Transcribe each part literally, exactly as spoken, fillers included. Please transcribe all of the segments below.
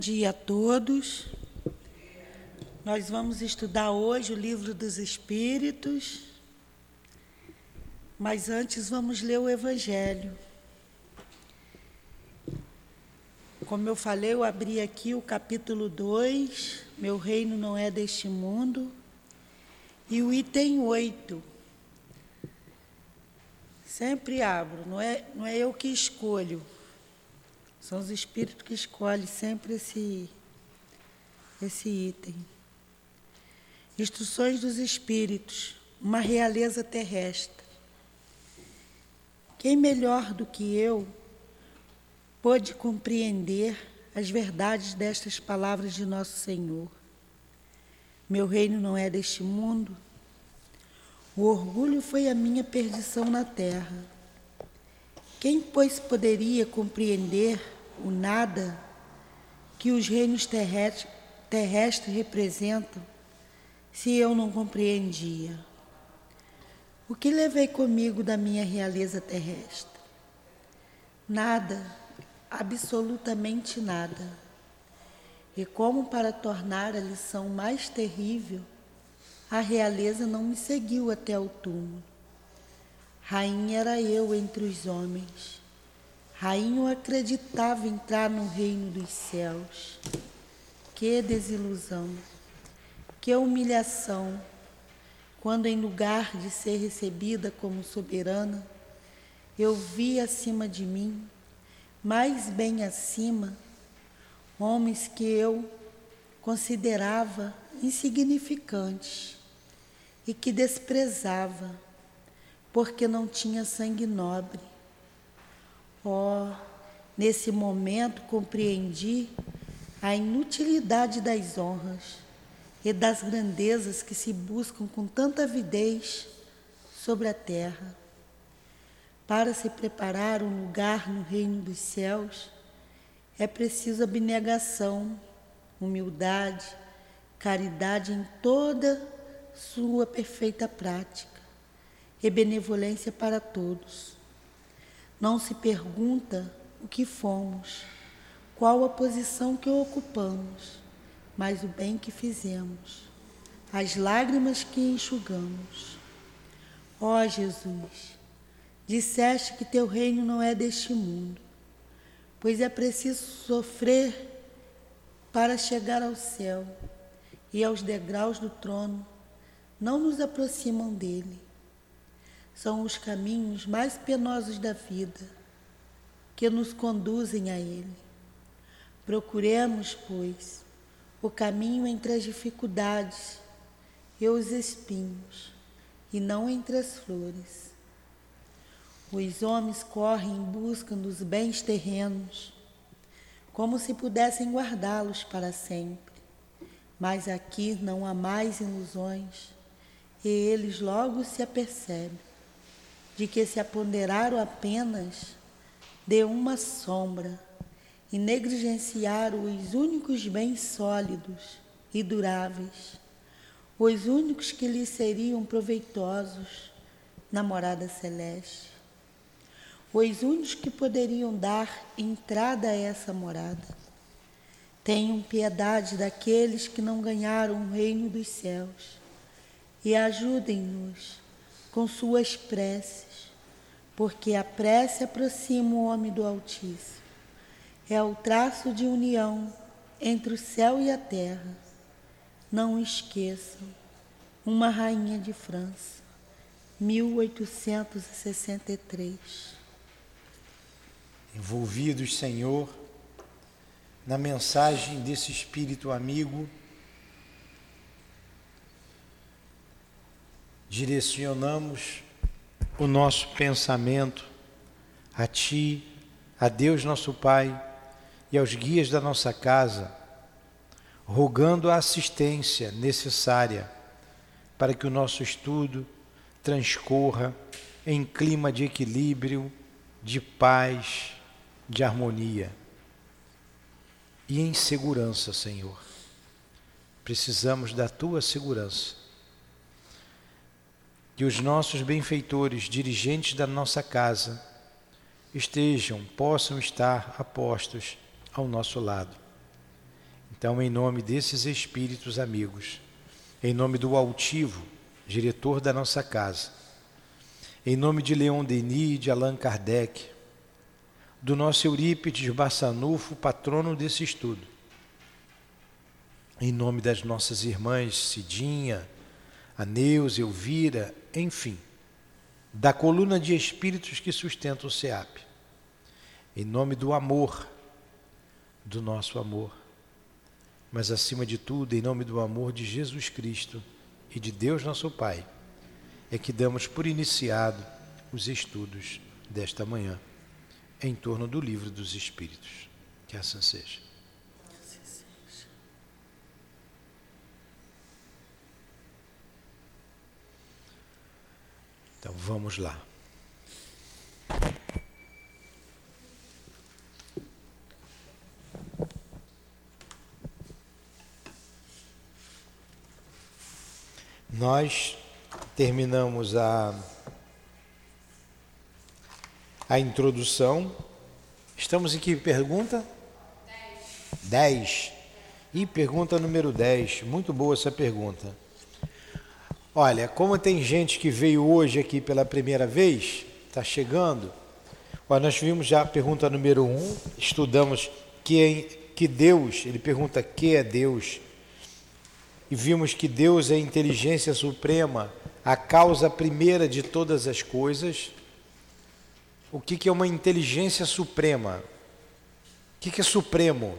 Bom dia a todos. Nós vamos estudar hoje o Livro dos Espíritos, mas antes vamos ler o Evangelho. Como eu falei, eu abri aqui o capítulo dois, Meu reino não é deste mundo, e o item oito. Sempre abro, não é, não é eu que escolho. São os espíritos que escolhem sempre esse, esse item. Instruções dos espíritos, uma realeza terrestre. Quem melhor do que eu pôde compreender as verdades destas palavras de Nosso Senhor? Meu reino não é deste mundo. O orgulho foi a minha perdição na terra. Quem, pois, poderia compreender o nada que os reinos terrestres, terrestres representam, se eu não compreendia? O que levei comigo da minha realeza terrestre? Nada, absolutamente nada. E como para tornar a lição mais terrível, a realeza não me seguiu até o túmulo. Rainha era eu entre os homens. Rainha eu acreditava entrar no reino dos céus. Que desilusão, que humilhação, quando em lugar de ser recebida como soberana, eu vi acima de mim, mais bem acima, homens que eu considerava insignificantes e que desprezava, porque não tinha sangue nobre. Oh, nesse momento compreendi a inutilidade das honras e das grandezas que se buscam com tanta avidez sobre a terra. Para se preparar um lugar no reino dos céus, é preciso abnegação, humildade, caridade em toda sua perfeita prática e benevolência para todos. Não se pergunta o que fomos, qual a posição que ocupamos, mas o bem que fizemos, as lágrimas que enxugamos. Ó Jesus, disseste que teu reino não é deste mundo, pois é preciso sofrer para chegar ao céu, e aos degraus do trono não nos aproximam dele. São os caminhos mais penosos da vida que nos conduzem a ele. Procuremos, pois, o caminho entre as dificuldades e os espinhos, e não entre as flores. Os homens correm em busca dos bens terrenos, como se pudessem guardá-los para sempre. Mas aqui não há mais ilusões, e eles logo se apercebem de que se apoderaram apenas de uma sombra e negligenciaram os únicos bens sólidos e duráveis, os únicos que lhes seriam proveitosos na morada celeste, os únicos que poderiam dar entrada a essa morada. Tenham piedade daqueles que não ganharam o reino dos céus e ajudem-nos com suas preces, porque a prece aproxima o homem do Altíssimo. É o traço de união entre o céu e a terra. Não esqueçam, uma rainha de França, mil oitocentos e sessenta e três. Envolvidos, Senhor, na mensagem desse Espírito amigo, direcionamos o nosso pensamento a Ti, a Deus nosso Pai e aos guias da nossa casa, rogando a assistência necessária para que o nosso estudo transcorra em clima de equilíbrio, de paz, de harmonia e em segurança, Senhor. Precisamos da Tua segurança. Que os nossos benfeitores, dirigentes da nossa casa, estejam, possam estar apostos ao nosso lado. Então, em nome desses espíritos amigos, em nome do altivo, diretor da nossa casa, em nome de Leon Denis e de Allan Kardec, do nosso Eurípides Barçanufo, patrono desse estudo, em nome das nossas irmãs Cidinha, a Neuza, Elvira, enfim, da coluna de espíritos que sustenta o SEAP, em nome do amor, do nosso amor, mas acima de tudo, em nome do amor de Jesus Cristo e de Deus nosso Pai, é que damos por iniciado os estudos desta manhã, em torno do Livro dos Espíritos. Que assim seja. Então vamos lá. Nós terminamos a, a introdução. Estamos em que pergunta? Dez. Dez. E pergunta número dez. Muito boa essa pergunta. Olha, como tem gente que veio hoje aqui pela primeira vez, está chegando. Olha, nós vimos já a pergunta número um, estudamos que, é, que Deus, ele pergunta que é Deus. E vimos que Deus é a inteligência suprema, a causa primeira de todas as coisas. O que, que é uma inteligência suprema? O que, que é supremo?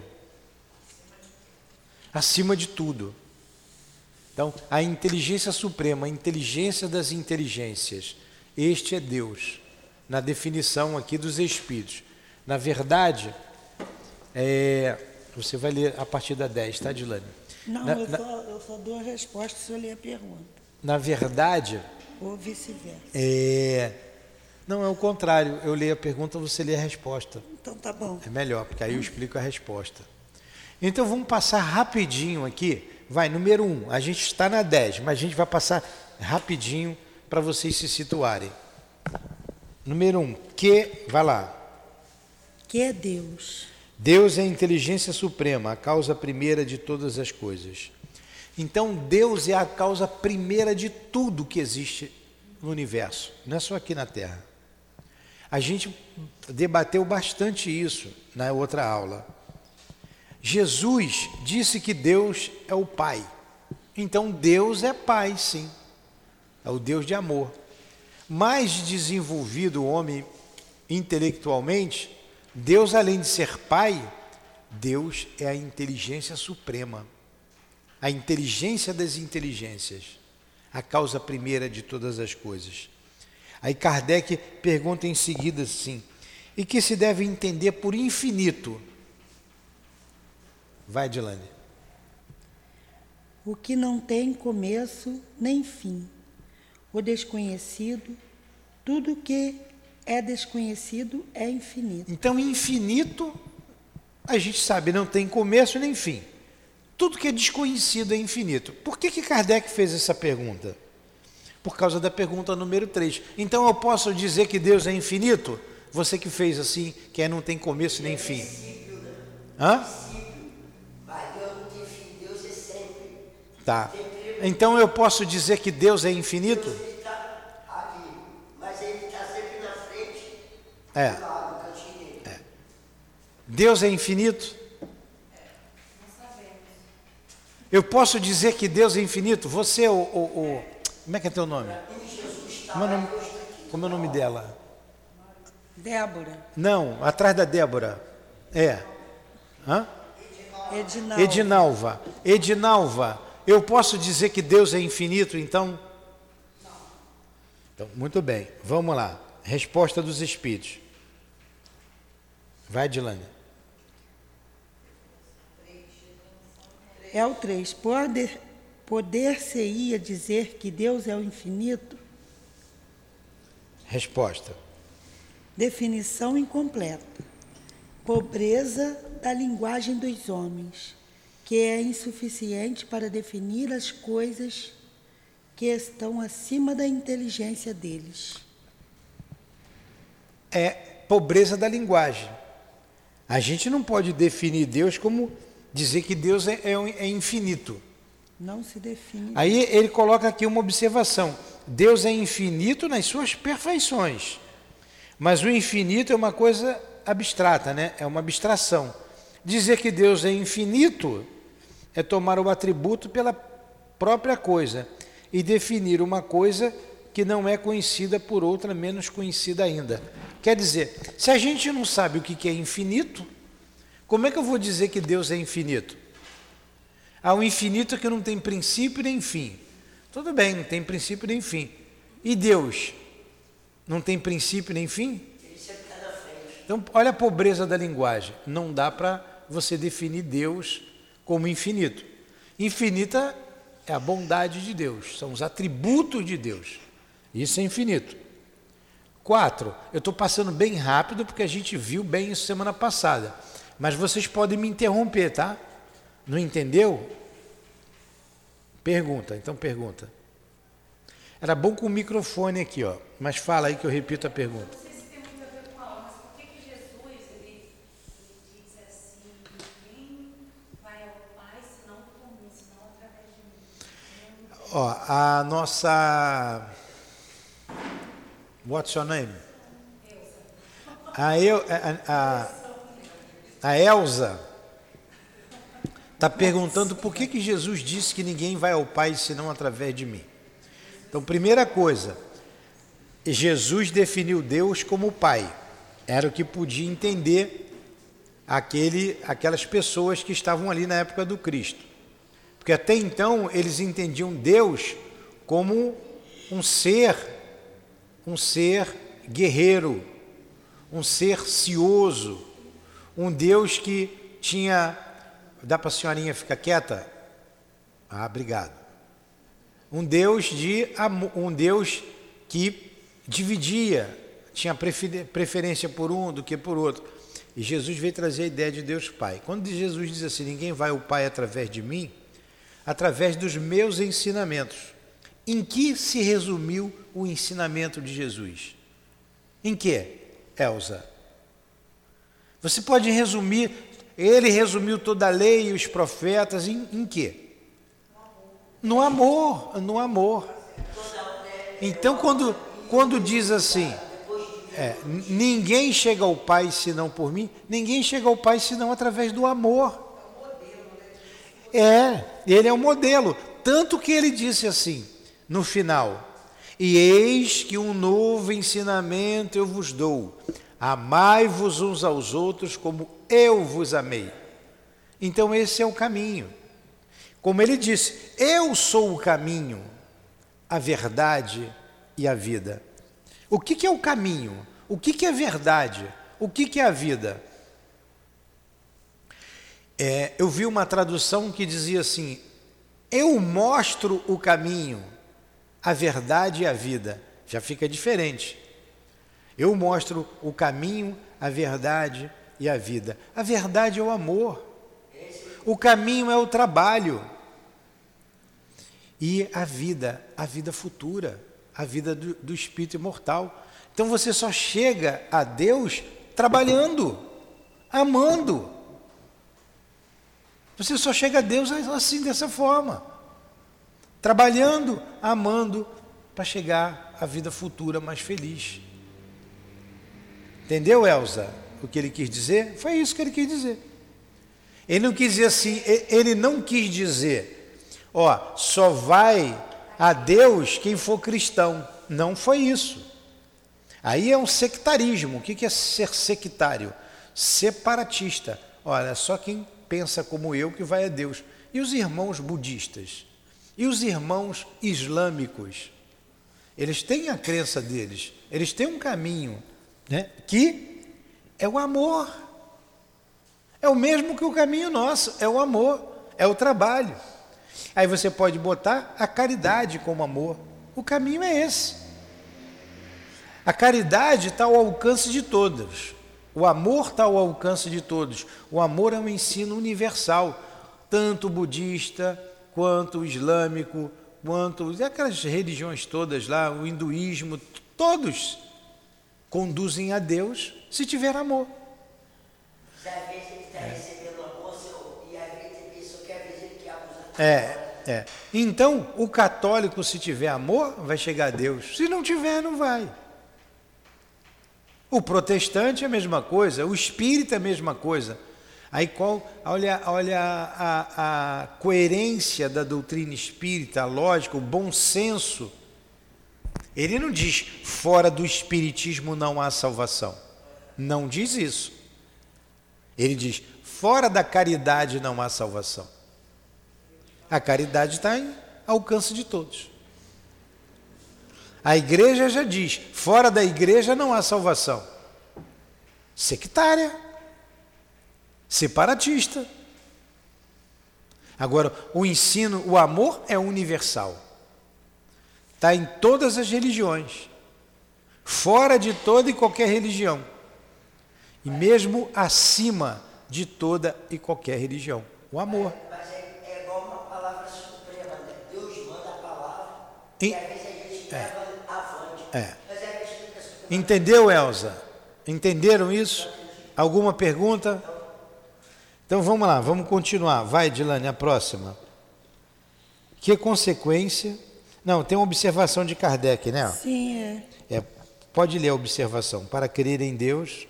Acima de tudo. Então, a inteligência suprema, a inteligência das inteligências, este é Deus, na definição aqui dos Espíritos. Na verdade, é, você vai ler a partir da dez, tá, Dilane? Não, na, eu, na, só, eu só dou a resposta se eu ler a pergunta. Na verdade... Ou vice-versa. É, não, é o contrário. Eu leio a pergunta, você lê a resposta. Então tá bom. É melhor, porque aí eu explico a resposta. Então vamos passar rapidinho aqui. Vai, número um, a gente está na dez, mas a gente vai passar rapidinho para vocês se situarem. Número um, que, vai lá. Que é Deus. Deus é a inteligência suprema, a causa primeira de todas as coisas. Então Deus é a causa primeira de tudo que existe no universo, não é só aqui na Terra. A gente debateu bastante isso na outra aula. Jesus disse que Deus é o Pai. Então Deus é Pai, sim. É o Deus de amor. Mais desenvolvido o homem intelectualmente, Deus, além de ser Pai, Deus é a inteligência suprema. A inteligência das inteligências. A causa primeira de todas as coisas. Aí Kardec pergunta em seguida assim, e que se deve entender por infinito? Vai, Dilane. O que não tem começo nem fim. O desconhecido, tudo que é desconhecido é infinito. Então, infinito, a gente sabe, não tem começo nem fim. Tudo que é desconhecido é infinito. Por que que Kardec fez essa pergunta? Por causa da pergunta número três. Então, eu posso dizer que Deus é infinito? Você que fez assim, que não tem começo nem fim. Hã? Tá. Então eu posso dizer que Deus é infinito? Deus está aqui, mas ele está sempre na frente. É. Do lado, do cantinho dele. É. Deus é infinito? Não sabemos. Eu posso dizer que Deus é infinito? Você, o, o, o como é que é teu nome? Como é o nome, como é o nome dela? Débora. Não, atrás da Débora. É. Hã? Edinalva. Edinalva. Edinalva. Eu posso dizer que Deus é infinito, então? Não. Então, muito bem. Vamos lá. Resposta dos Espíritos. Vai, Dilane. É o três. Poder, poder-se-ia dizer que Deus é o infinito? Resposta. Definição incompleta. Pobreza da linguagem dos homens, que é insuficiente para definir as coisas que estão acima da inteligência deles. É pobreza da linguagem. A gente não pode definir Deus como dizer que Deus é, é, é infinito. Não se define. Aí ele coloca aqui uma observação. Deus é infinito nas suas perfeições. Mas o infinito é uma coisa abstrata, né? É uma abstração. Dizer que Deus é infinito é tomar o atributo pela própria coisa e definir uma coisa que não é conhecida por outra menos conhecida ainda. Quer dizer, se a gente não sabe o que é infinito, como é que eu vou dizer que Deus é infinito? Há um infinito que não tem princípio nem fim. Tudo bem, não tem princípio nem fim. E Deus não tem princípio nem fim? Então, olha a pobreza da linguagem. Não dá para você definir Deus como infinito. Infinita é a bondade de Deus, são os atributos de Deus. Isso é infinito. Quatro, eu estou passando bem rápido porque a gente viu bem isso semana passada. Mas vocês podem me interromper, tá? Não entendeu? Pergunta, então pergunta. Era bom com o microfone aqui, ó. Mas fala aí que eu repito a pergunta. Não sei se tem muito a ver com a aula, mas por que que Jesus, ele, ele diz assim, ninguém vai ao Pai senão por mim, senão através de mim? Ó, a nossa... What's your name? A, eu, a, a, a Elza está perguntando por que que Jesus disse que ninguém vai ao Pai senão através de mim. Então, primeira coisa, Jesus definiu Deus como Pai. Era o que podia entender aquele, aquelas pessoas que estavam ali na época do Cristo. Porque até então eles entendiam Deus como um ser, um ser guerreiro, um ser cioso, um Deus que tinha... Dá para a senhorinha ficar quieta? Ah, obrigado. Um Deus de um Deus que dividia, tinha preferência por um do que por outro. E Jesus veio trazer a ideia de Deus Pai. Quando Jesus diz assim, ninguém vai ao Pai através de mim, através dos meus ensinamentos. Em que se resumiu o ensinamento de Jesus? Em que, Elza? Você pode resumir, ele resumiu toda a lei e os profetas, em, em quê? No amor, no amor. Então, quando, quando diz assim, é, ninguém chega ao Pai senão por mim, ninguém chega ao Pai senão através do amor. É, ele é o modelo. Tanto que ele disse assim, no final, e eis que um novo ensinamento eu vos dou, amai-vos uns aos outros como eu vos amei. Então esse é o caminho. Como ele disse, eu sou o caminho, a verdade e a vida. O que que é o caminho? O que que é verdade? O que que é a vida? É, eu vi uma tradução que dizia assim, eu mostro o caminho, a verdade e a vida. Já fica diferente. Eu mostro o caminho, a verdade e a vida. A verdade é o amor. O caminho é o trabalho. E a vida, a vida futura, a vida do, do espírito imortal. Então você só chega a Deus trabalhando, amando. Você só chega a Deus assim, dessa forma. Trabalhando, amando, para chegar à vida futura mais feliz. Entendeu, Elza? O que ele quis dizer? Foi isso que ele quis dizer. Ele não quis dizer assim, ele não quis dizer, ó, só vai a Deus quem for cristão. Não foi isso. Aí é um sectarismo. O que é ser sectário? Separatista. Olha, só quem pensa como eu que vai a Deus. E os irmãos budistas? E os irmãos islâmicos? Eles têm a crença deles. Eles têm um caminho, né, que é o amor. É o mesmo que o caminho nosso. É o amor. É o trabalho. Aí você pode botar a caridade como amor. O caminho é esse. A caridade está ao alcance de todos. O amor está ao alcance de todos. O amor é um ensino universal, tanto budista, quanto o islâmico, quanto aquelas religiões todas lá, o hinduísmo, todos conduzem a Deus se tiver amor. Se às vezes ele está recebendo amor seu, e a vida É, é. Então, o católico, se tiver amor, vai chegar a Deus. Se não tiver, não vai. O protestante é a mesma coisa, o espírita é a mesma coisa. Aí qual, olha, olha a, a coerência da doutrina espírita, a lógica, o bom senso. Ele não diz, fora do espiritismo não há salvação. Não diz isso. Ele diz, fora da caridade não há salvação. A caridade está em alcance de todos. A igreja já diz, fora da igreja não há salvação. Sectária, separatista. Agora, o ensino, o amor é universal. Está em todas as religiões, fora de toda e qualquer religião, e mesmo acima de toda e qualquer religião. O amor. Mas é, é igual uma palavra suprema, né? Deus manda a palavra E- e às vezes a gente leva avante. É. Mas é a questão da suprema. Entendeu, Elza? Entenderam isso? Alguma pergunta? Então vamos lá, vamos continuar. Vai, Dilane, a próxima. Que consequência... Não, tem uma observação de Kardec, né? Sim, é. É, pode ler a observação. Para crer em Deus...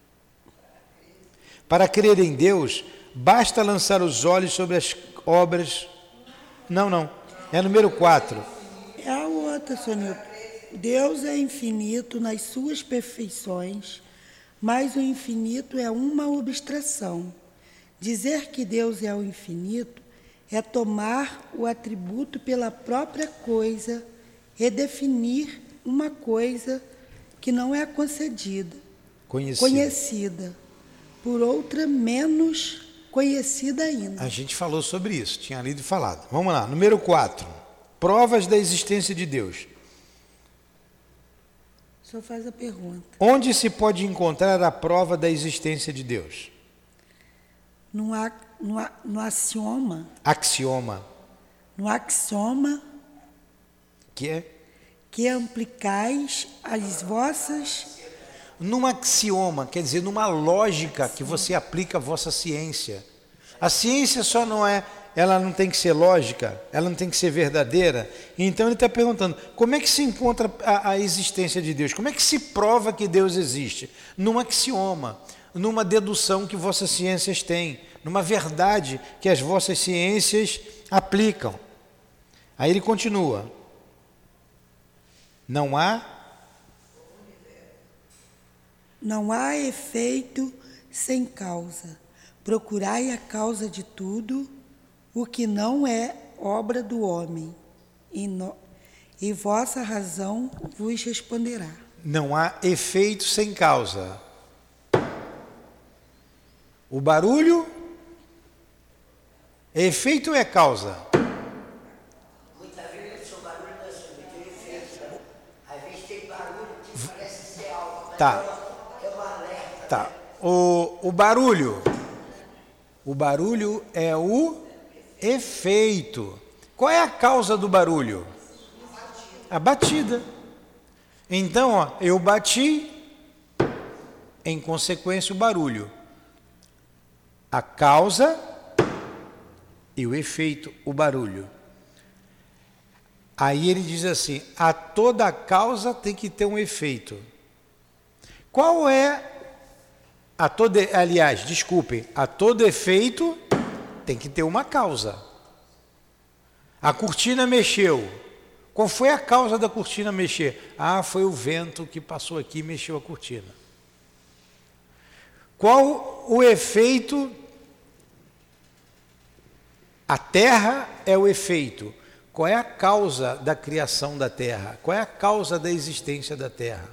Para crer em Deus, basta lançar os olhos sobre as obras... Não, não. É número quatro. É a outra, Sonil. Deus é infinito nas suas perfeições, mas o infinito é uma abstração. Dizer que Deus é o infinito é tomar o atributo pela própria coisa e definir uma coisa que não é concedida, Conhecido. conhecida, por outra menos conhecida ainda. A gente falou sobre isso, tinha lido e falado. Vamos lá, número quatro. Provas da existência de Deus. O senhor faz a pergunta. Onde se pode encontrar a prova da existência de Deus? No, a, no, a, no axioma, Axioma, no axioma que é? que aplicais as vossas... Num axioma, quer dizer, numa lógica que você aplica a vossa ciência. A ciência só não é, ela não tem que ser lógica, ela não tem que ser verdadeira. Então ele está perguntando, como é que se encontra a, a existência de Deus? Como é que se prova que Deus existe? Num axioma, numa dedução que vossas ciências têm, numa verdade que as vossas ciências aplicam. Aí ele continua. Não há... Não há efeito sem causa. Procurai a causa de tudo, o que não é obra do homem, e, no, e vossa razão vos responderá. Não há efeito sem causa. O barulho, efeito é causa. Muitas vezes o barulho não é muito efeito. Né? Às vezes tem barulho que parece ser algo, mas Tá. é um alerta. Tá. O, o barulho. O barulho é o efeito. Qual é a causa do barulho? A batida. Então, ó, eu bati, em consequência, o barulho. A causa e o efeito, o barulho. Aí ele diz assim, a toda causa tem que ter um efeito. Qual é a todo, aliás, desculpem, a todo efeito tem que ter uma causa. A cortina mexeu. Qual foi a causa da cortina mexer? Ah, foi o vento que passou aqui e mexeu a cortina. Qual o efeito? A terra é o efeito. Qual é a causa da criação da terra? Qual é a causa da existência da terra?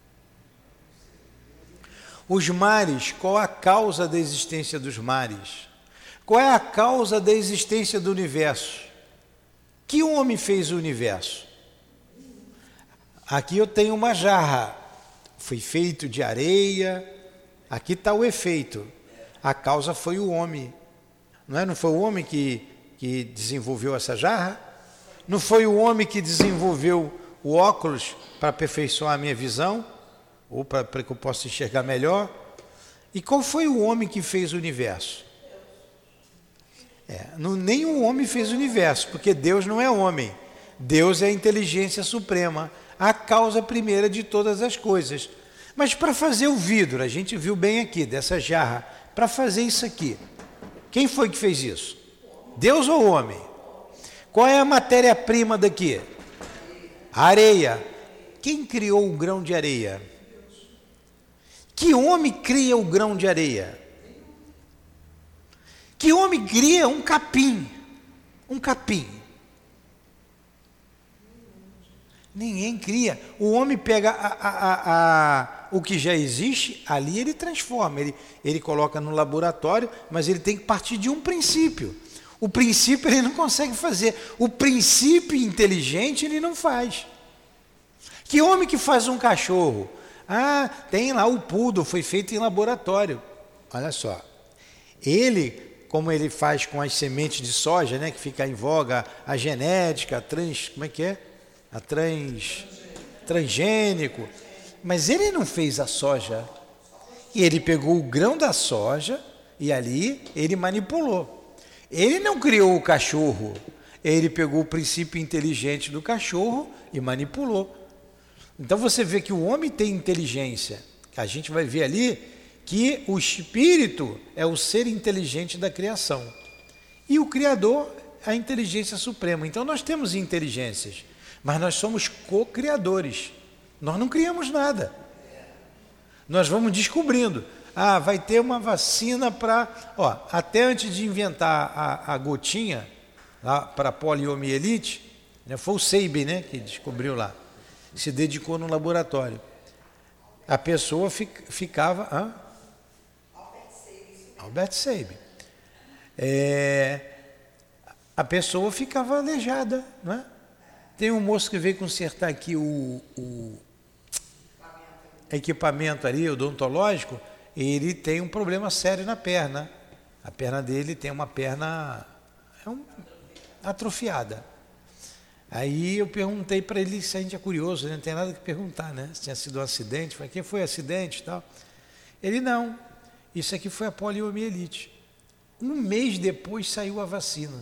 Os mares, qual a causa da existência dos mares? Qual é a causa da existência do universo? Que homem fez o universo? Aqui eu tenho uma jarra, foi feito de areia, aqui está o efeito. A causa foi o homem. Não é? Não foi o homem que, que desenvolveu essa jarra? Não foi o homem que desenvolveu o óculos para aperfeiçoar a minha visão? Ou para, para que eu possa enxergar melhor? E qual foi o homem que fez o universo? É, não, nem o homem fez o universo, porque Deus não é homem. Deus é a inteligência suprema, a causa primeira de todas as coisas. Mas para fazer o vidro, a gente viu bem aqui, dessa jarra, para fazer isso aqui, quem foi que fez isso? Deus ou o homem? Qual é a matéria-prima daqui? Areia. Quem criou o grão de areia? Que homem cria o grão de areia? Que homem cria um capim? Um capim. Ninguém cria. O homem pega a, a, a, a, o que já existe, ali ele transforma, ele, ele coloca no laboratório, mas ele tem que partir de um princípio. O princípio ele não consegue fazer. O princípio inteligente ele não faz. Que homem que faz um cachorro? Ah, tem lá o poodle, foi feito em laboratório. Olha só. Ele, como ele faz com as sementes de soja, né, que fica em voga, a genética, a trans, como é que é? A trans, transgênico, mas ele não fez a soja, e ele pegou o grão da soja e ali ele manipulou. Ele não criou o cachorro, ele pegou o princípio inteligente do cachorro e manipulou. Então você vê que o homem tem inteligência, a gente vai ver ali que o espírito é o ser inteligente da criação e o Criador é a inteligência suprema. Então nós temos inteligências, mas nós somos co-criadores. Nós não criamos nada. Nós vamos descobrindo. Ah, vai ter uma vacina para... Ó, até antes de inventar a, a gotinha para poliomielite, né, foi o Seib, né, que descobriu lá. Se dedicou no laboratório. A pessoa fic, ficava... Hã? Albert Seib. É, a pessoa ficava aleijada, não é? Tem um moço que veio consertar aqui o, o equipamento ali, odontológico, e ele tem um problema sério na perna. A perna dele tem uma perna é um, atrofiada. Aí eu perguntei para ele se a gente é curioso, né? Não tem nada que perguntar, né? Se tinha sido um acidente, falei, quem foi acidente e tal. Ele, não, isso aqui foi a poliomielite. Um mês depois saiu a vacina.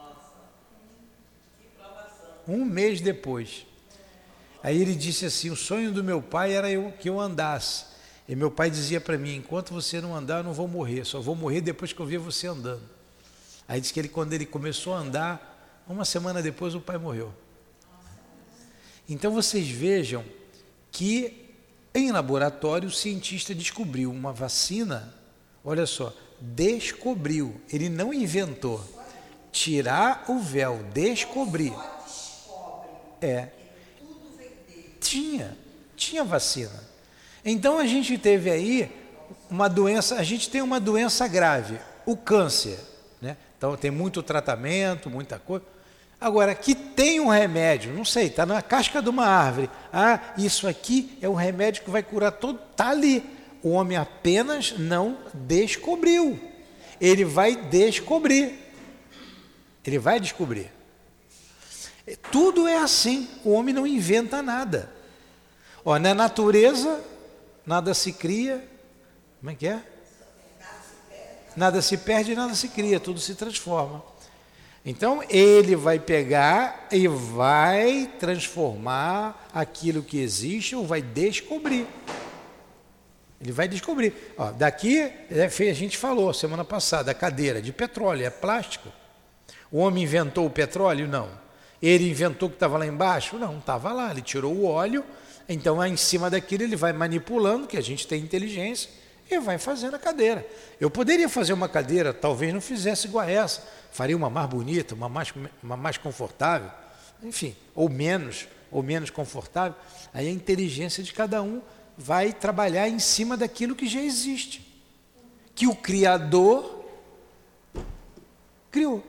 Um mês depois. Aí ele disse assim, o sonho do meu pai era eu, que eu andasse. E meu pai dizia para mim, enquanto você não andar, eu não vou morrer, só vou morrer depois que eu ver você andando. Aí disse que ele, quando ele começou a andar, uma semana depois o pai morreu. Então vocês vejam que em laboratório o cientista descobriu uma vacina, olha só, descobriu, ele não inventou. Tirar o véu, descobrir. É, tinha, tinha vacina. Então a gente teve aí uma doença, a gente tem uma doença grave, o câncer, né? Então tem muito tratamento, muita coisa. Agora, que tem um remédio, não sei, está na casca de uma árvore. Ah, isso aqui é um remédio que vai curar todo, está ali. O homem apenas não descobriu. Ele vai descobrir. Ele vai descobrir. Tudo é assim, o homem não inventa nada. Ó, na natureza, nada se cria, como é que é? Nada se perde, nada se cria, tudo se transforma. Então, ele vai pegar e vai transformar aquilo que existe ou vai descobrir. Ele vai descobrir. Ó, daqui, a gente falou semana passada, a cadeira de petróleo, é plástico. O homem inventou o petróleo? Não. Ele inventou o que estava lá embaixo? Não, estava lá, ele tirou o óleo, então em cima daquilo ele vai manipulando, que a gente tem inteligência, e vai fazendo a cadeira. Eu poderia fazer uma cadeira, talvez não fizesse igual a essa, faria uma mais bonita, uma mais, uma mais confortável, enfim, ou menos, ou menos confortável. Aí a inteligência de cada um vai trabalhar em cima daquilo que já existe, que o Criador criou.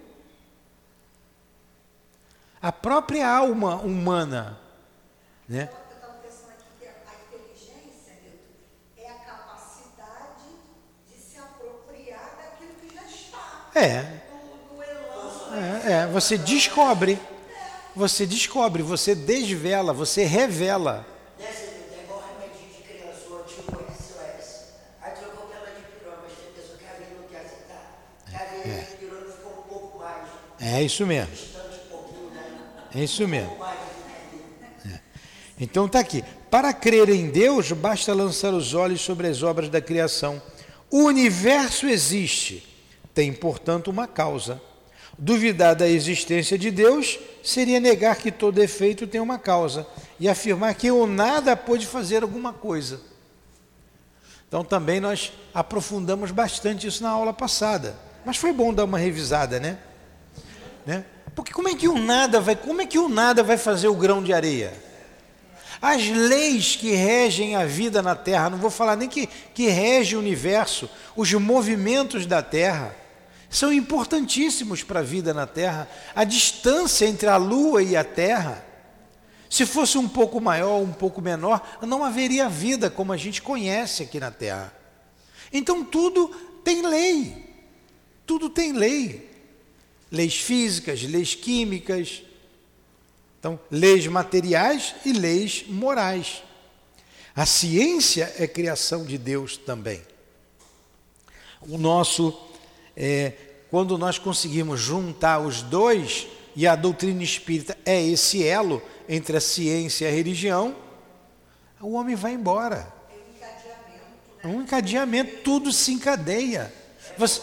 A própria alma humana, né? Eu estava pensando aqui que a inteligência, Milton, é a capacidade de se apropriar daquilo que já está. É. No, no elan. É, é, você descobre, você descobre, você desvela, você revela. Nessa é igual remedinho de criança, o antigo S O S. Aí trocou pela de pirona, mas tem pessoa que a vida não quer aceitar. Que a vida de pirona ficou um pouco É isso mesmo. É isso mesmo. É. Então está aqui. Para crer em Deus, basta lançar os olhos sobre as obras da criação. O universo existe, tem, portanto, uma causa. Duvidar da existência de Deus seria negar que todo efeito tem uma causa e afirmar que o nada pode fazer alguma coisa. Então também nós aprofundamos bastante isso na aula passada. Mas foi bom dar uma revisada, né? né? Porque como é que o nada vai, como é que o nada vai fazer o grão de areia? As leis que regem a vida na Terra, não vou falar nem que, que rege o universo, os movimentos da Terra, são importantíssimos para a vida na Terra. A distância entre a Lua e a Terra, se fosse um pouco maior, um pouco menor, não haveria vida como a gente conhece aqui na Terra. Então tudo tem lei, tudo tem lei. Leis físicas, leis químicas, então, leis materiais e leis morais. A ciência é criação de Deus também. O nosso, é, quando nós conseguimos juntar os dois, e a doutrina espírita é esse elo entre a ciência e a religião, o homem vai embora. É um encadeamento, tudo se encadeia. Você,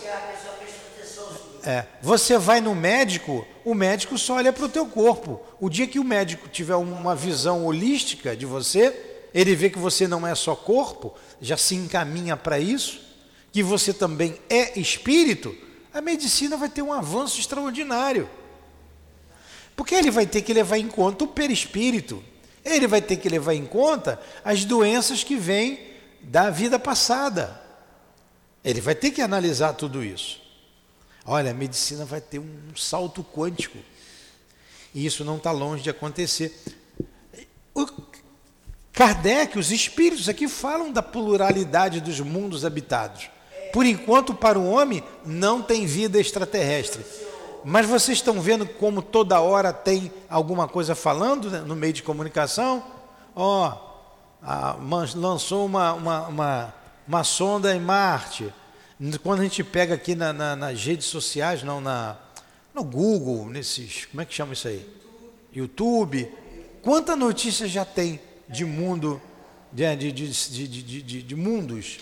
é, você vai no médico, o médico só olha para o teu corpo. O dia que o médico tiver uma visão holística de você, ele vê que você não é só corpo, já se encaminha para isso, que você também é espírito, a medicina vai ter um avanço extraordinário. Porque ele vai ter que levar em conta o perispírito, ele vai ter que levar em conta as doenças que vêm da vida passada. Ele vai ter que analisar tudo isso. Olha, a medicina vai ter um salto quântico. E isso não está longe de acontecer. O Kardec, os espíritos aqui falam da pluralidade dos mundos habitados. Por enquanto, para o homem, não tem vida extraterrestre. Mas vocês estão vendo como toda hora tem alguma coisa falando, né, no meio de comunicação? Ó, oh, lançou uma, uma, uma, uma sonda em Marte. Quando a gente pega aqui na, na, nas redes sociais, não, na, no Google, nesses, como é que chama isso aí? YouTube. Quanta notícia já tem de mundo, de, de, de, de, de, de, de mundos?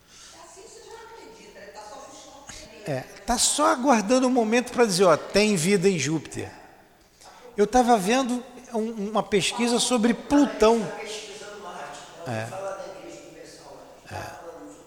É, tá só aguardando um momento para dizer, ó, tem vida em Júpiter. Eu estava vendo um, uma pesquisa sobre Plutão. É. É.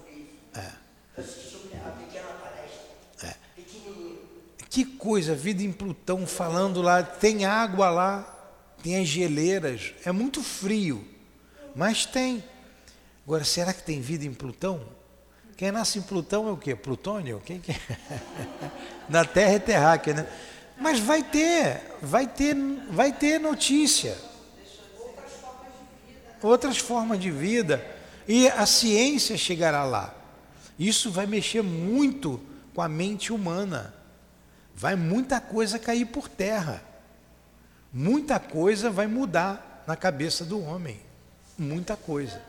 Que coisa, vida em Plutão, falando lá, tem água lá, tem as geleiras, é muito frio, mas tem. Agora, será que tem vida em Plutão? Quem nasce em Plutão é o quê? Plutônio? Quem que é? Na Terra é terráquea, né? Mas vai ter, vai ter, vai ter notícia. Outras formas de vida. E a ciência chegará lá. Isso vai mexer muito com a mente humana. Vai muita coisa cair por terra. Muita coisa vai mudar na cabeça do homem. Muita coisa.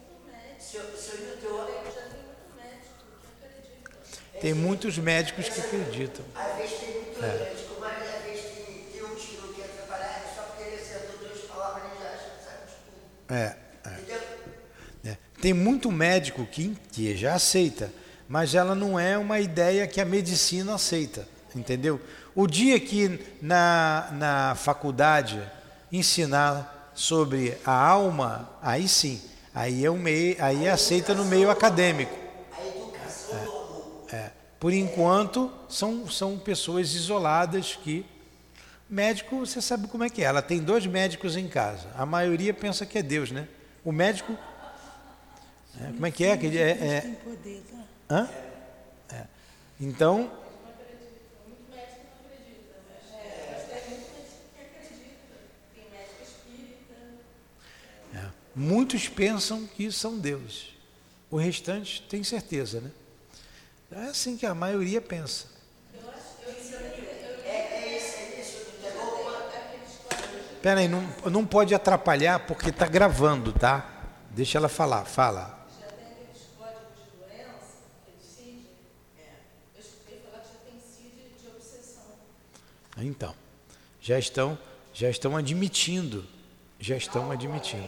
Tem muitos médicos que acreditam. Às vezes tem muito médico, mas às vezes tem, tem uns que não querem trabalhar, é só porque ele acertou duas palavras e já acha que sabe tudo. É, é. É. Tem muito médico que, que já aceita, mas ela não é uma ideia que a medicina aceita, entendeu? O dia que na, na faculdade ensinar sobre a alma, aí sim, aí é, um meio, aí é aceita no meio acadêmico. É, por enquanto, são, são pessoas isoladas que... Médico, você sabe como é que é. Ela tem dois médicos em casa. A maioria pensa que é Deus, né? O médico... É, como é que é? Que é, é hã? É. Então... É. Muitos pensam que são deuses. O restante tem certeza, né? É assim que a maioria pensa. Espera aí, não, não pode atrapalhar porque está gravando, tá? Deixa ela falar, fala. Já tem aqueles códigos de doença, que é de C I D? É. Eu escutei falar que já tem C I D de obsessão. Então, já estão, já estão admitindo, já estão admitindo.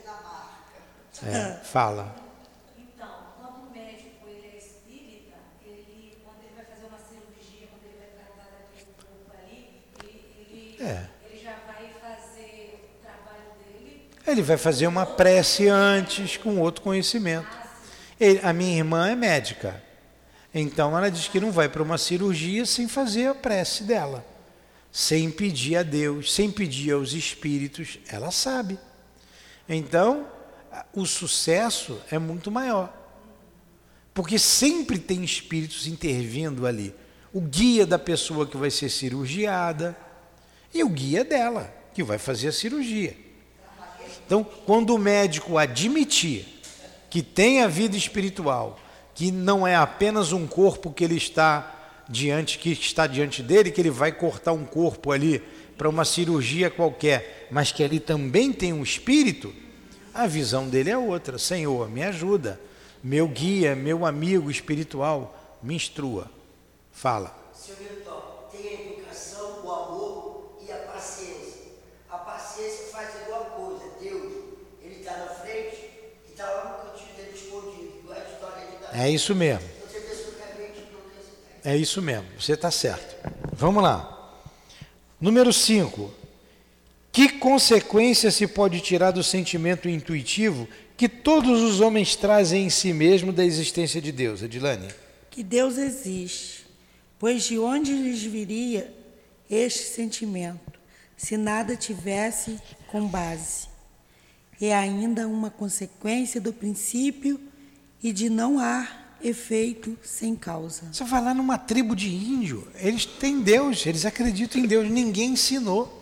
É, fala. Então, quando o médico ele é espírita, ele, quando ele vai fazer uma cirurgia, quando ele vai tratar daquele corpo ali, ele, ele, É. ele já vai fazer o trabalho dele. Ele vai fazer uma prece antes, com outro conhecimento. Ele, a minha irmã é médica, então ela diz que não vai para uma cirurgia sem fazer a prece dela, sem pedir a Deus, sem pedir aos espíritos, ela sabe. Então, o sucesso é muito maior, porque sempre tem espíritos intervindo ali. O guia da pessoa que vai ser cirurgiada e o guia dela, que vai fazer a cirurgia. Então, quando o médico admitir que tem a vida espiritual, que não é apenas um corpo que ele está diante, que está diante dele, que ele vai cortar um corpo ali para uma cirurgia qualquer, mas que ali também tem um espírito, a visão dele é outra. Senhor, me ajuda, meu guia, meu amigo espiritual, me instrua. Fala. Seu Milton, tem a educação, o amor e a paciência. A paciência faz igual coisa. Deus, ele está na frente e está lá no cantinho dele escondido, igual a história de Davi. É isso mesmo. Você pensa que a mente não tem esse tempo. É isso mesmo, você está certo. Vamos lá. Número cinco. Que consequência se pode tirar do sentimento intuitivo que todos os homens trazem em si mesmo da existência de Deus? Edilane? Que Deus existe, pois de onde lhes viria este sentimento, se nada tivesse com base? É ainda uma consequência do princípio e de não há efeito sem causa. Você vai lá numa tribo de índio, eles têm Deus, eles acreditam em Deus, ninguém ensinou.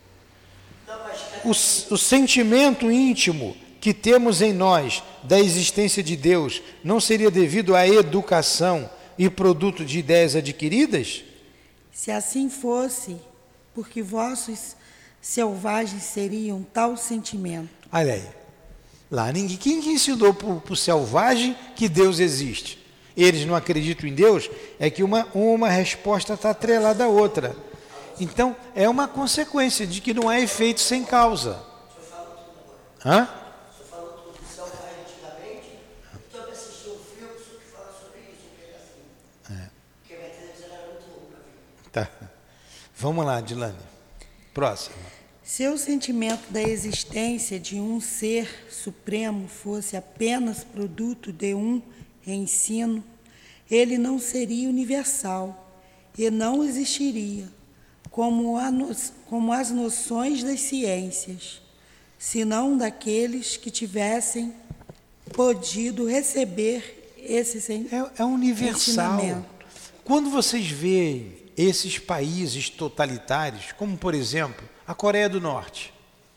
O, o sentimento íntimo que temos em nós da existência de Deus não seria devido à educação e produto de ideias adquiridas? Se assim fosse, porque vossos selvagens seriam tal sentimento. Olha aí, lá ninguém, quem que ensinou para o selvagem que Deus existe? Eles não acreditam em Deus, é que uma, uma resposta está atrelada à outra. Então, é uma consequência de que não há efeito sem causa. Hã? Você falou tudo do céu vai antigamente, então eu assisti um filme que fala sobre isso, um pedacinho. É. Porque a minha televisão era muito ruim para ver. Tá. Vamos lá, Dilane. Próximo. Se o sentimento da existência de um ser supremo fosse apenas produto de um ensino, ele não seria universal e não existiria como, a no, como as noções das ciências, senão daqueles que tivessem podido receber esse sentimento. É, é universal. Quando vocês veem esses países totalitários, como por exemplo a Coreia do Norte,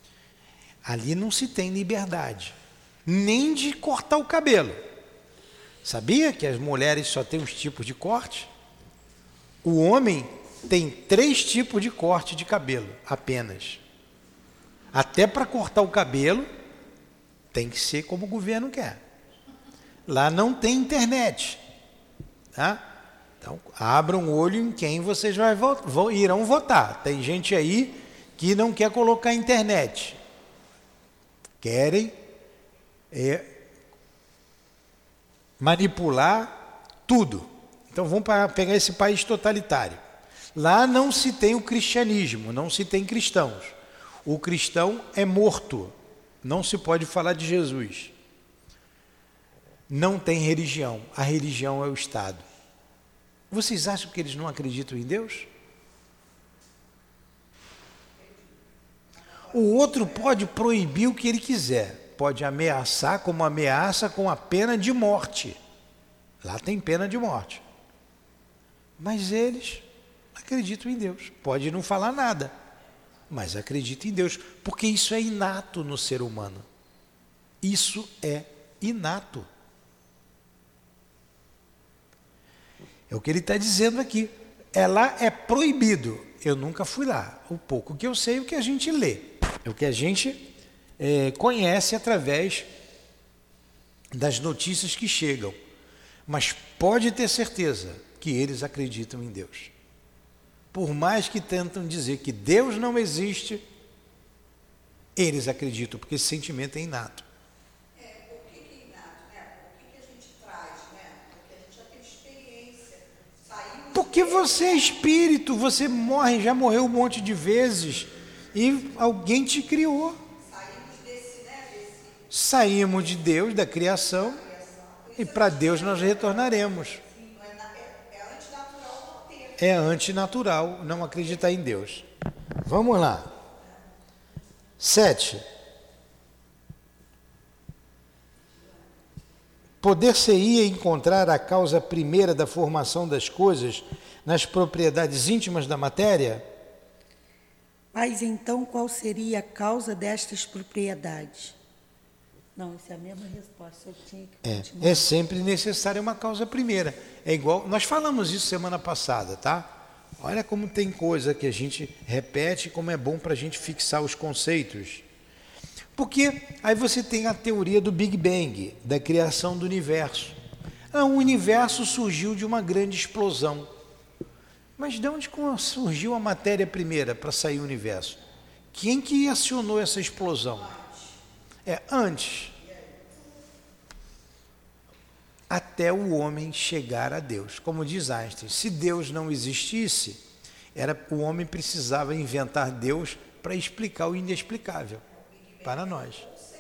ali não se tem liberdade, nem de cortar o cabelo. Sabia que as mulheres só têm os tipos de corte? O homem tem três tipos de corte de cabelo, apenas. Até para cortar o cabelo, tem que ser como o governo quer. Lá não tem internet. Tá? Então, abram o olho em quem vocês vai, vão, irão votar. Tem gente aí que não quer colocar internet. Querem é, manipular tudo. Então, vamos para pegar esse país totalitário. Lá não se tem o cristianismo, não se tem cristãos. O cristão é morto, não se pode falar de Jesus. Não tem religião, a religião é o Estado. Vocês acham que eles não acreditam em Deus? O outro pode proibir o que ele quiser, pode ameaçar como ameaça com a pena de morte. Lá tem pena de morte. Mas eles acreditam em Deus. Pode não falar nada, mas acredita em Deus, porque isso é inato no ser humano. Isso é inato. É o que ele está dizendo aqui. É lá é proibido. Eu nunca fui lá. O pouco que eu sei, o que a gente lê. É o que a gente é, conhece através das notícias que chegam. Mas pode ter certeza que eles acreditam em Deus. Por mais que tentam dizer que Deus não existe, eles acreditam, porque esse sentimento é inato. É, por que que é inato, né? Por que que a gente traz, né? Porque a gente já teve experiência. Saímos Porque você é espírito, você morre, já morreu um monte de vezes e alguém te criou. Saímos desse, né? Desse Saímos de Deus, da criação, e para Deus nós retornaremos. não é, na- é, é antinatural não ter. É antinatural não acreditar em Deus. Vamos lá. Sete. Poder-se-ia encontrar a causa primeira da formação das coisas nas propriedades íntimas da matéria? Mas então qual seria a causa destas propriedades? Não, essa é a mesma resposta. Eu tinha que É, continuar. é sempre necessária uma causa primeira. É igual, nós falamos isso semana passada, tá? Olha como tem coisa que a gente repete, como é bom para a gente fixar os conceitos. Porque aí você tem a teoria do Big Bang, da criação do universo. Ah, o universo surgiu de uma grande explosão. Mas de onde surgiu a matéria primeira para sair o universo? Quem que acionou essa explosão? É antes. Até o homem chegar a Deus. Como diz Einstein, se Deus não existisse, era, o homem precisava inventar Deus para explicar o inexplicável para nós.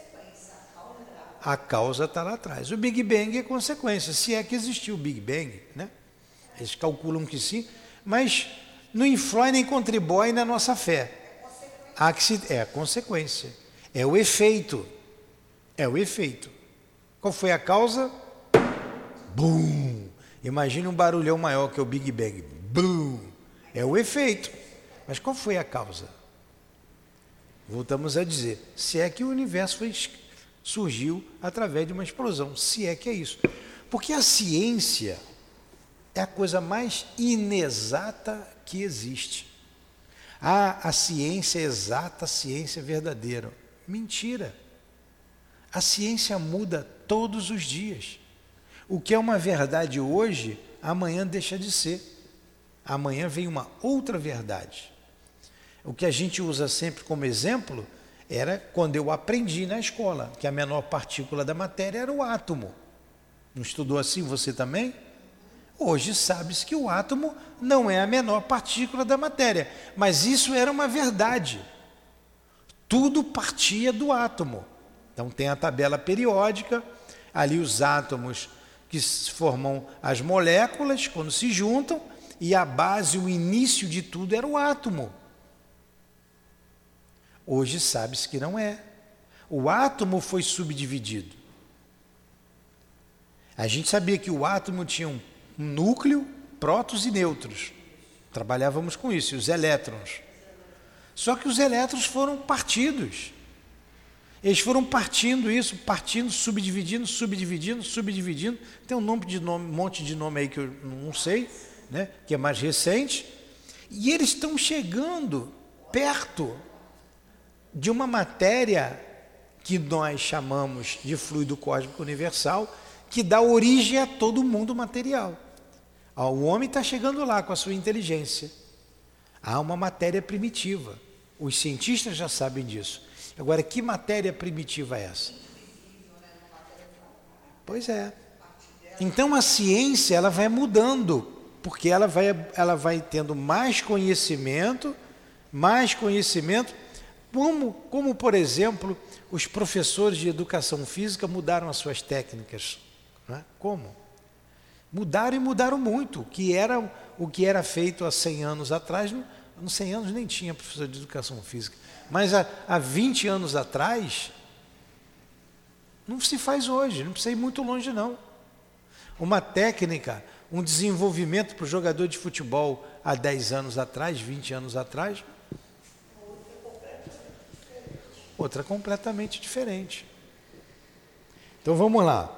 A causa está lá atrás. O Big Bang é consequência, se é que existiu o Big Bang, né? Eles calculam que sim, mas não influi nem contribui na nossa fé. Há que se, é a consequência, é o efeito. É o efeito. Qual foi a causa? Bum! Imagine um barulhão maior que o Big Bang. Bum! É o efeito. Mas qual foi a causa? Voltamos a dizer, se é que o universo foi, surgiu através de uma explosão, se é que é isso. Porque a ciência é a coisa mais inexata que existe. Ah, a ciência é exata, a ciência é verdadeira. Mentira. A ciência muda todos os dias. O que é uma verdade hoje, amanhã deixa de ser. Amanhã vem uma outra verdade. O que a gente usa sempre como exemplo era quando eu aprendi na escola, que a menor partícula da matéria era o átomo. Não estudou assim você também? Hoje sabe-se que o átomo não é a menor partícula da matéria, mas isso era uma verdade. Tudo partia do átomo. Então tem a tabela periódica, ali os átomos que formam as moléculas, quando se juntam, e a base, o início de tudo era o átomo. Hoje sabe-se que não é. O átomo foi subdividido. A gente sabia que o átomo tinha um núcleo, prótons e nêutrons. Trabalhávamos com isso, e os elétrons. Só que os elétrons foram partidos. Eles foram partindo isso, partindo, subdividindo, subdividindo, subdividindo. Tem um nome de nome, um monte de nome aí que eu não sei, né, que é mais recente. E eles estão chegando perto de uma matéria que nós chamamos de fluido cósmico universal, que dá origem a todo o mundo material. O homem está chegando lá com a sua inteligência. Há uma matéria primitiva. Os cientistas já sabem disso. Agora, que matéria primitiva é essa? Pois é. Então a ciência ela vai mudando, porque ela vai, ela vai tendo mais conhecimento, mais conhecimento, como, como, por exemplo, os professores de educação física mudaram as suas técnicas. Não é? Como? Mudaram e mudaram muito. O que era, o que era feito há cem anos atrás, não, cem anos nem tinha professor de educação física, mas há, há vinte anos atrás, não se faz hoje, não precisa ir muito longe não. Uma técnica, um desenvolvimento para o jogador de futebol há dez anos atrás, vinte anos atrás, outra completamente diferente. Então vamos lá.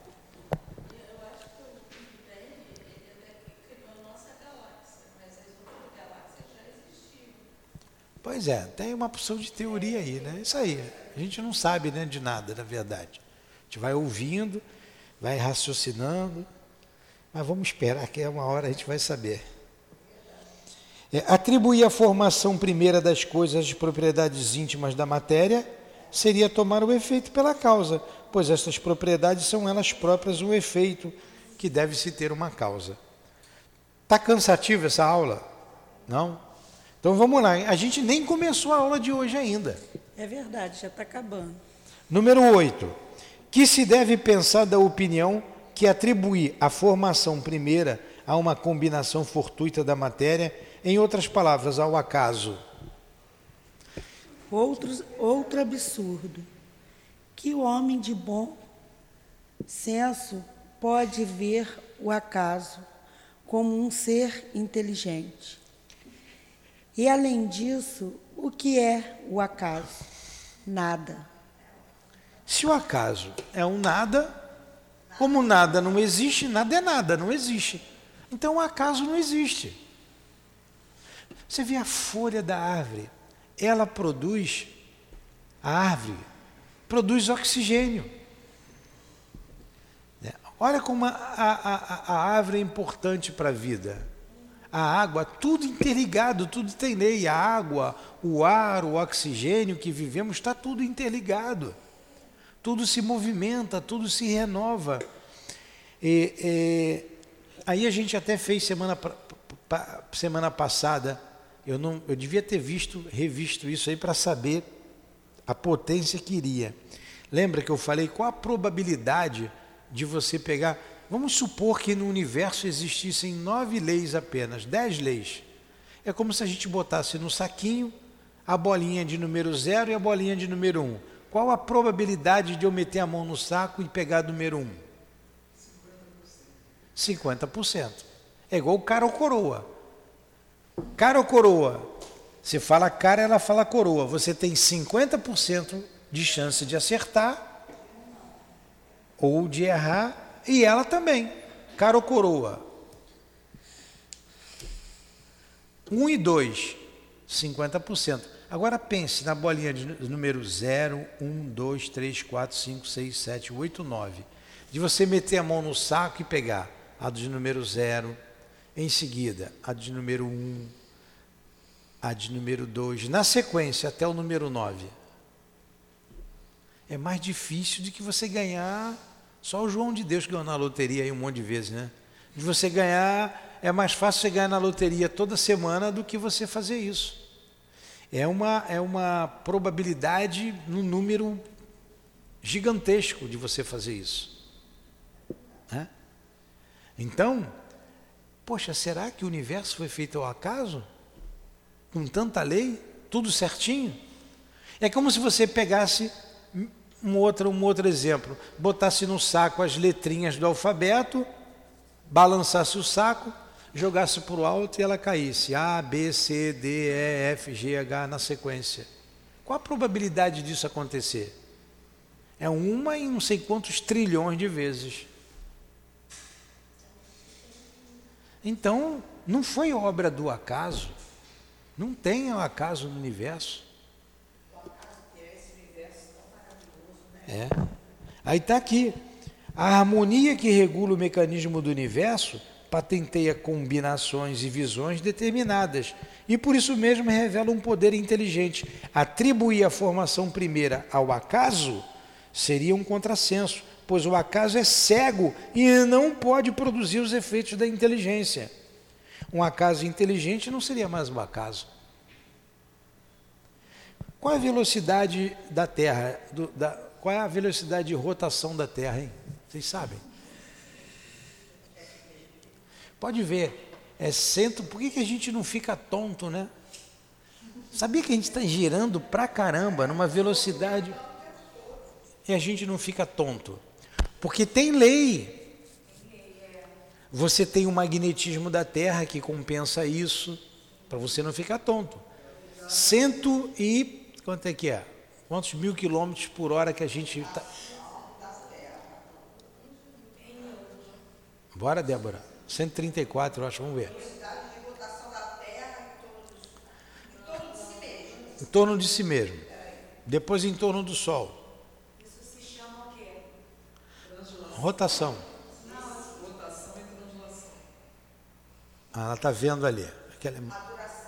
Pois é, tem uma porção de teoria aí, né? Isso aí, a gente não sabe, né, de nada, na verdade. A gente vai ouvindo, vai raciocinando, mas vamos esperar que é uma hora a gente vai saber. É, atribuir a formação primeira das coisas às propriedades íntimas da matéria seria tomar o efeito pela causa, pois estas propriedades são elas próprias um efeito que deve-se ter uma causa. Está cansativa essa aula? Não? Então vamos lá, a gente nem começou a aula de hoje ainda. É verdade, já está acabando. Número oito. Que se deve pensar da opinião que atribuir a formação primeira a uma combinação fortuita da matéria, em outras palavras, ao acaso. Outros, outro absurdo, que o homem de bom senso pode ver o acaso como um ser inteligente. E, além disso, o que é o acaso? Nada. Se o acaso é um nada, como nada não existe, nada é nada, não existe. Então o acaso não existe. Você vê a folha da árvore, ela produz, a árvore produz oxigênio. Olha como a, a, a, a árvore é importante para a vida. A água, tudo interligado, tudo tem lei. A água, o ar, o oxigênio que vivemos, está tudo interligado. Tudo se movimenta, tudo se renova. E, e, aí a gente até fez semana, pa, semana passada, eu, não, eu devia ter visto, revisto isso aí para saber a potência que iria. Lembra que eu falei qual a probabilidade de você pegar... Vamos supor que no universo existissem nove leis apenas, dez leis. É como se a gente botasse no saquinho a bolinha de número zero e a bolinha de número um. Qual a probabilidade de eu meter a mão no saco e pegar número um? cinquenta por cento. É igual cara ou coroa. Cara ou coroa? Você fala cara, ela fala coroa. Você tem cinquenta por cento de chance de acertar ou de errar. E ela também, cara ou coroa. Um e dois, cinquenta por cento. Agora pense na bolinha de número zero, um, dois, três, quatro, cinco, seis, sete, oito, nove. De você meter a mão no saco e pegar a de número zero, em seguida a de número um, a de número dois, na sequência até o número nove. É mais difícil do que você ganhar... Só o João de Deus ganhou na loteria aí um monte de vezes, né? De você ganhar, é mais fácil você ganhar na loteria toda semana do que você fazer isso. É uma, é uma probabilidade no número gigantesco de você fazer isso. Né? Então, poxa, será que o universo foi feito ao acaso? Com tanta lei? Tudo certinho? É como se você pegasse... Um outro, um outro exemplo, botasse no saco as letrinhas do alfabeto, balançasse o saco, jogasse para o alto e ela caísse. A, B, C, D, E, F, G, H na sequência. Qual a probabilidade disso acontecer? É uma em não sei quantos trilhões de vezes. Então, não foi obra do acaso. Não tem o acaso no universo. É. Aí está aqui. A harmonia que regula o mecanismo do universo patenteia combinações e visões determinadas e por isso mesmo revela um poder inteligente. Atribuir a formação primeira ao acaso seria um contrassenso, pois o acaso é cego e não pode produzir os efeitos da inteligência. Um acaso inteligente não seria mais um acaso. Qual é a velocidade da Terra, do, da Qual é a velocidade de rotação da Terra, hein? Vocês sabem? Pode ver, é cento... Por que, que a gente não fica tonto, né? Sabia que a gente está girando pra caramba, numa velocidade... E a gente não fica tonto? Porque tem lei. Você tem o magnetismo da Terra que compensa isso, para você não ficar tonto. Cento e... Quanto é que é? Quantos mil quilômetros por hora que a gente está... Bora, Débora. cento e trinta e quatro, eu acho. Vamos ver. Em torno de si mesmo. Depois em torno do Sol. Isso se chama o quê? Rotação. Ah, ela está vendo ali. Aquela...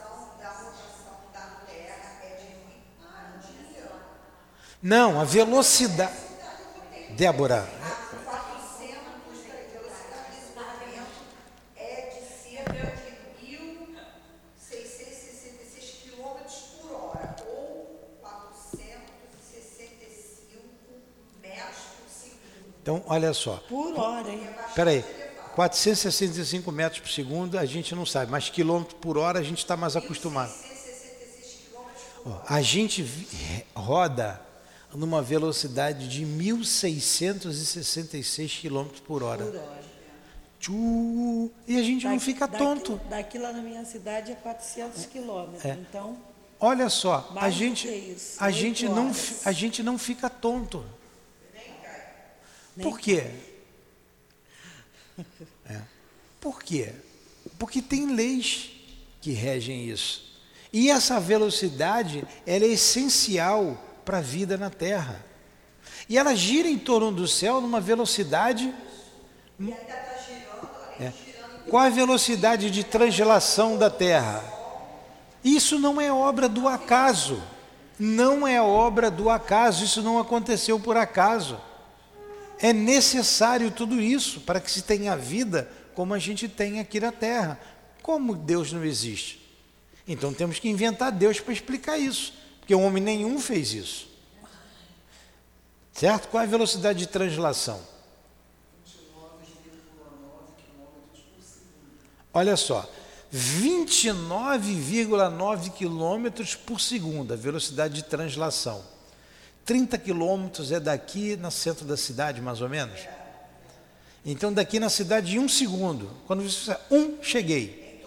Não, a velocidade. Débora, quatrocentos, a velocidade desse movimento é de cerca de mil seiscentos e sessenta e seis quilômetros por hora, ou quatrocentos e sessenta e cinco metros por segundo. então olha só. Por hora, hein? Espera aí. quatrocentos e sessenta e cinco metros por segundo a gente não sabe, mas quilômetro por hora a gente está mais acostumado. seiscentos e sessenta e seis quilômetros por Ó, a gente vi- roda numa velocidade de mil seiscentos e sessenta e seis quilômetros por hora. Por hora. Tchu, e a gente não Daqui- fica daqui- tonto. Daqui lá na minha cidade é quatrocentos quilômetros. É. Então, Olha só, a Mais do gente, que isso, a oito gente não, horas. fi- a gente não fica tonto. nem Por quê? É. Por quê? Porque tem leis que regem isso. E essa velocidade, ela é essencial para a vida na Terra. E ela gira em torno do céu numa velocidade. É. Qual a velocidade de translação da Terra? Isso não é obra do acaso. Não é obra do acaso. Isso não aconteceu por acaso. É necessário tudo isso para que se tenha vida como a gente tem aqui na Terra. Como Deus não existe? Então temos que inventar Deus para explicar isso, porque homem nenhum fez isso. Certo? Qual é a velocidade de translação? Olha só, vinte e nove vírgula nove quilômetros por segundo, a velocidade de translação. trinta quilômetros é daqui no centro da cidade, mais ou menos. Então, daqui na cidade, em um segundo. Quando você um, cheguei.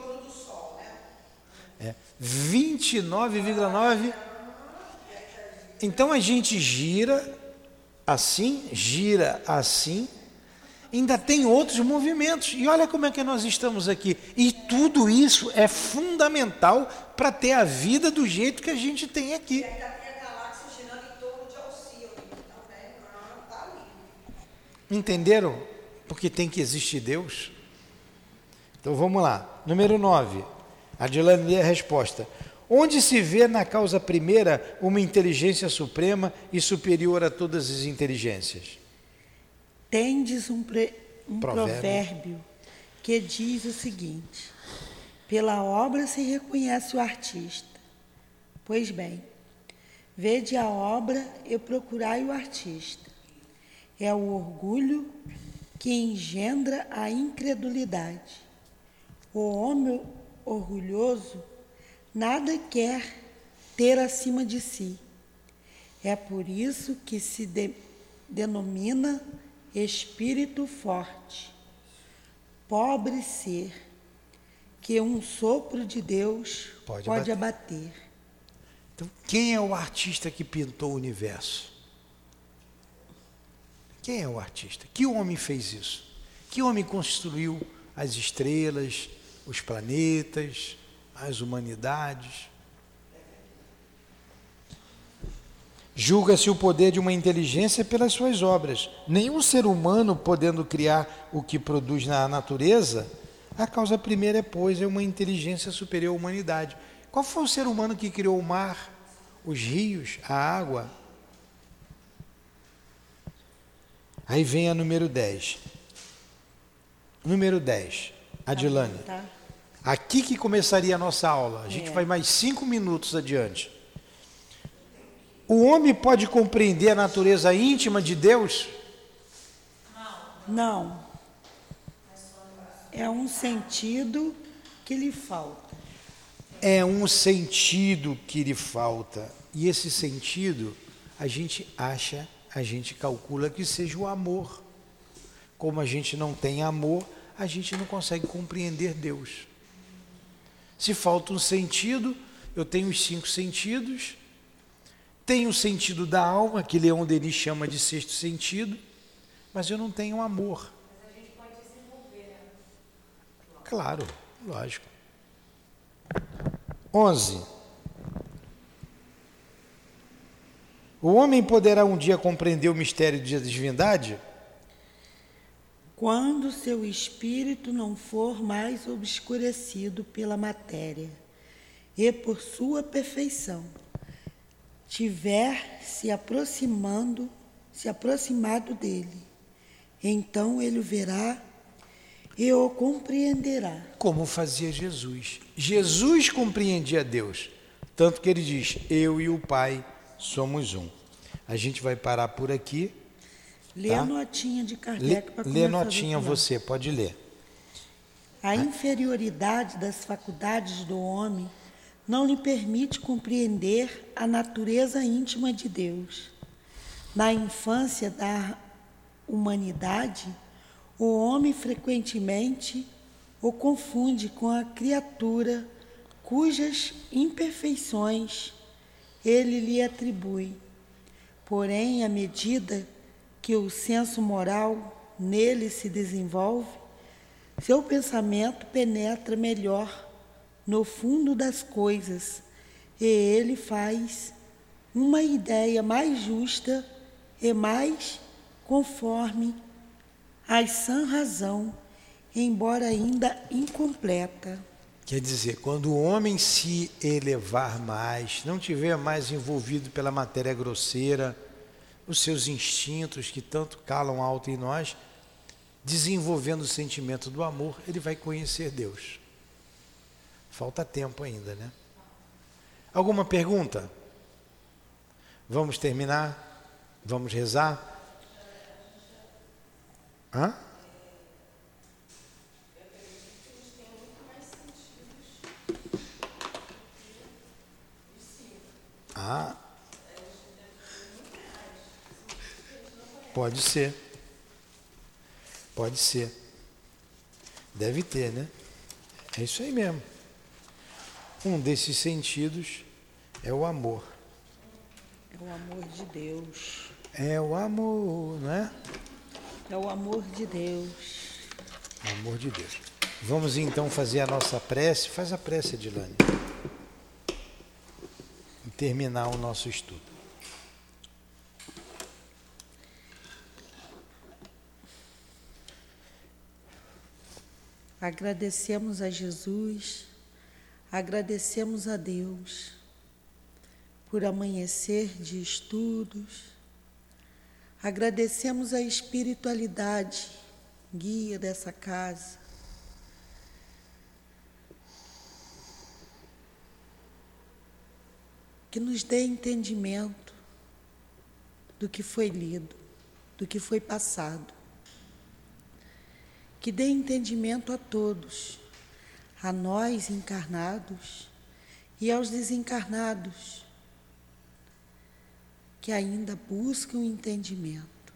É, vinte e nove vírgula nove. Então, a gente gira assim, gira assim. Ainda tem outros movimentos. E olha como é que nós estamos aqui. E tudo isso é fundamental para ter a vida do jeito que a gente tem aqui. ainda tem a galáxia girando em torno de Alcíone também, está ali. Entenderam? Porque tem que existir Deus. Então vamos lá. Número nove. Adilane lê a resposta. Onde se vê na causa primeira uma inteligência suprema e superior a todas as inteligências? tendes um, pre- um Provérbio. provérbio que diz o seguinte: pela obra se reconhece o artista. Pois bem, vede a obra e procurai o artista. É o orgulho que engendra a incredulidade. O homem orgulhoso nada quer ter acima de si. É por isso que se de- denomina espírito forte. Pobre ser que um sopro de Deus Pode pode, abater. abater. Então, quem é o artista que pintou o universo? Quem é o artista? Que homem fez isso? Que homem construiu as estrelas, os planetas, as humanidades? Julga-se o poder de uma inteligência pelas suas obras. Nenhum ser humano, podendo criar o que produz na natureza, a causa primeira, pois, é uma inteligência superior à humanidade. Qual foi o ser humano que criou o mar, os rios, a água? Aí vem a número dez. Número dez. Adilane. Tá? Aqui que começaria a nossa aula. A gente É. vai mais cinco minutos adiante. O homem pode compreender a natureza íntima de Deus? Não. É um sentido que lhe falta. É um sentido que lhe falta. E esse sentido, a gente acha, a gente calcula que seja o amor. Como a gente não tem amor, a gente não consegue compreender Deus. Se falta um sentido, eu tenho os cinco sentidos. Tenho o sentido da alma, que Leon Denis chama de sexto sentido, mas eu não tenho amor. Mas a gente pode desenvolver, né? Claro, lógico. onze. O homem poderá um dia compreender o mistério da divindade? Quando seu espírito não for mais obscurecido pela matéria e por sua perfeição tiver se aproximando, se aproximado dele, então ele o verá e o compreenderá. Como fazia Jesus. Jesus compreendia Deus, tanto que ele diz, eu e o Pai somos um. A gente vai parar por aqui. Lê tá? a notinha de Kardec para começar. Lê a notinha a você, pode ler. A inferioridade das faculdades do homem não lhe permite compreender a natureza íntima de Deus. Na infância da humanidade, o homem frequentemente o confunde com a criatura cujas imperfeições ele lhe atribui. Porém, à medida que o senso moral nele se desenvolve, seu pensamento penetra melhor no fundo das coisas e ele faz uma ideia mais justa e mais conforme à sã razão, embora ainda incompleta. Quer dizer, quando o homem se elevar mais, não tiver mais envolvido pela matéria grosseira, os seus instintos que tanto calam alto em nós, desenvolvendo o sentimento do amor, ele vai conhecer Deus. Falta tempo ainda, né? Alguma pergunta? Vamos terminar? Vamos rezar? Hã? Ah. Pode ser. Pode ser. Deve ter, né? É isso aí mesmo. Um desses sentidos é o amor. É o amor de Deus. É o amor, não é? É o amor de Deus. O amor de Deus. Vamos então fazer a nossa prece. Faz a prece, Edilane. E terminar o nosso estudo. Agradecemos a Jesus, agradecemos a Deus por amanhecer de estudos, agradecemos a espiritualidade, guia dessa casa, que nos dê entendimento do que foi lido, do que foi passado. Que dê entendimento a todos, a nós encarnados e aos desencarnados, que ainda buscam entendimento.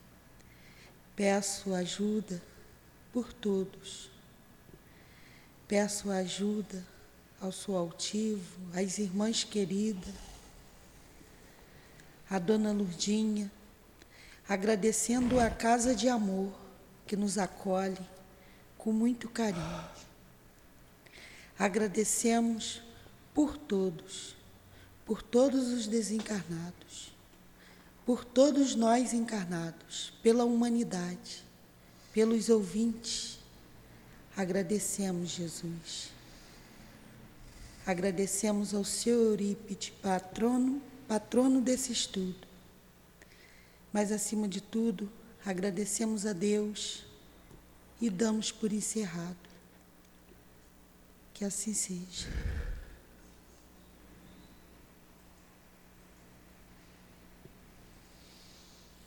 Peço ajuda por todos. Peço ajuda ao Sualtivo, às irmãs queridas, à Dona Lurdinha, agradecendo a Casa de Amor, que nos acolhe com muito carinho. Agradecemos por todos, por todos os desencarnados, por todos nós encarnados, pela humanidade, pelos ouvintes. Agradecemos, Jesus. Agradecemos ao Senhor Eurípede, patrono, patrono desse estudo. Mas, acima de tudo, agradecemos a Deus e damos por encerrado. Que assim seja.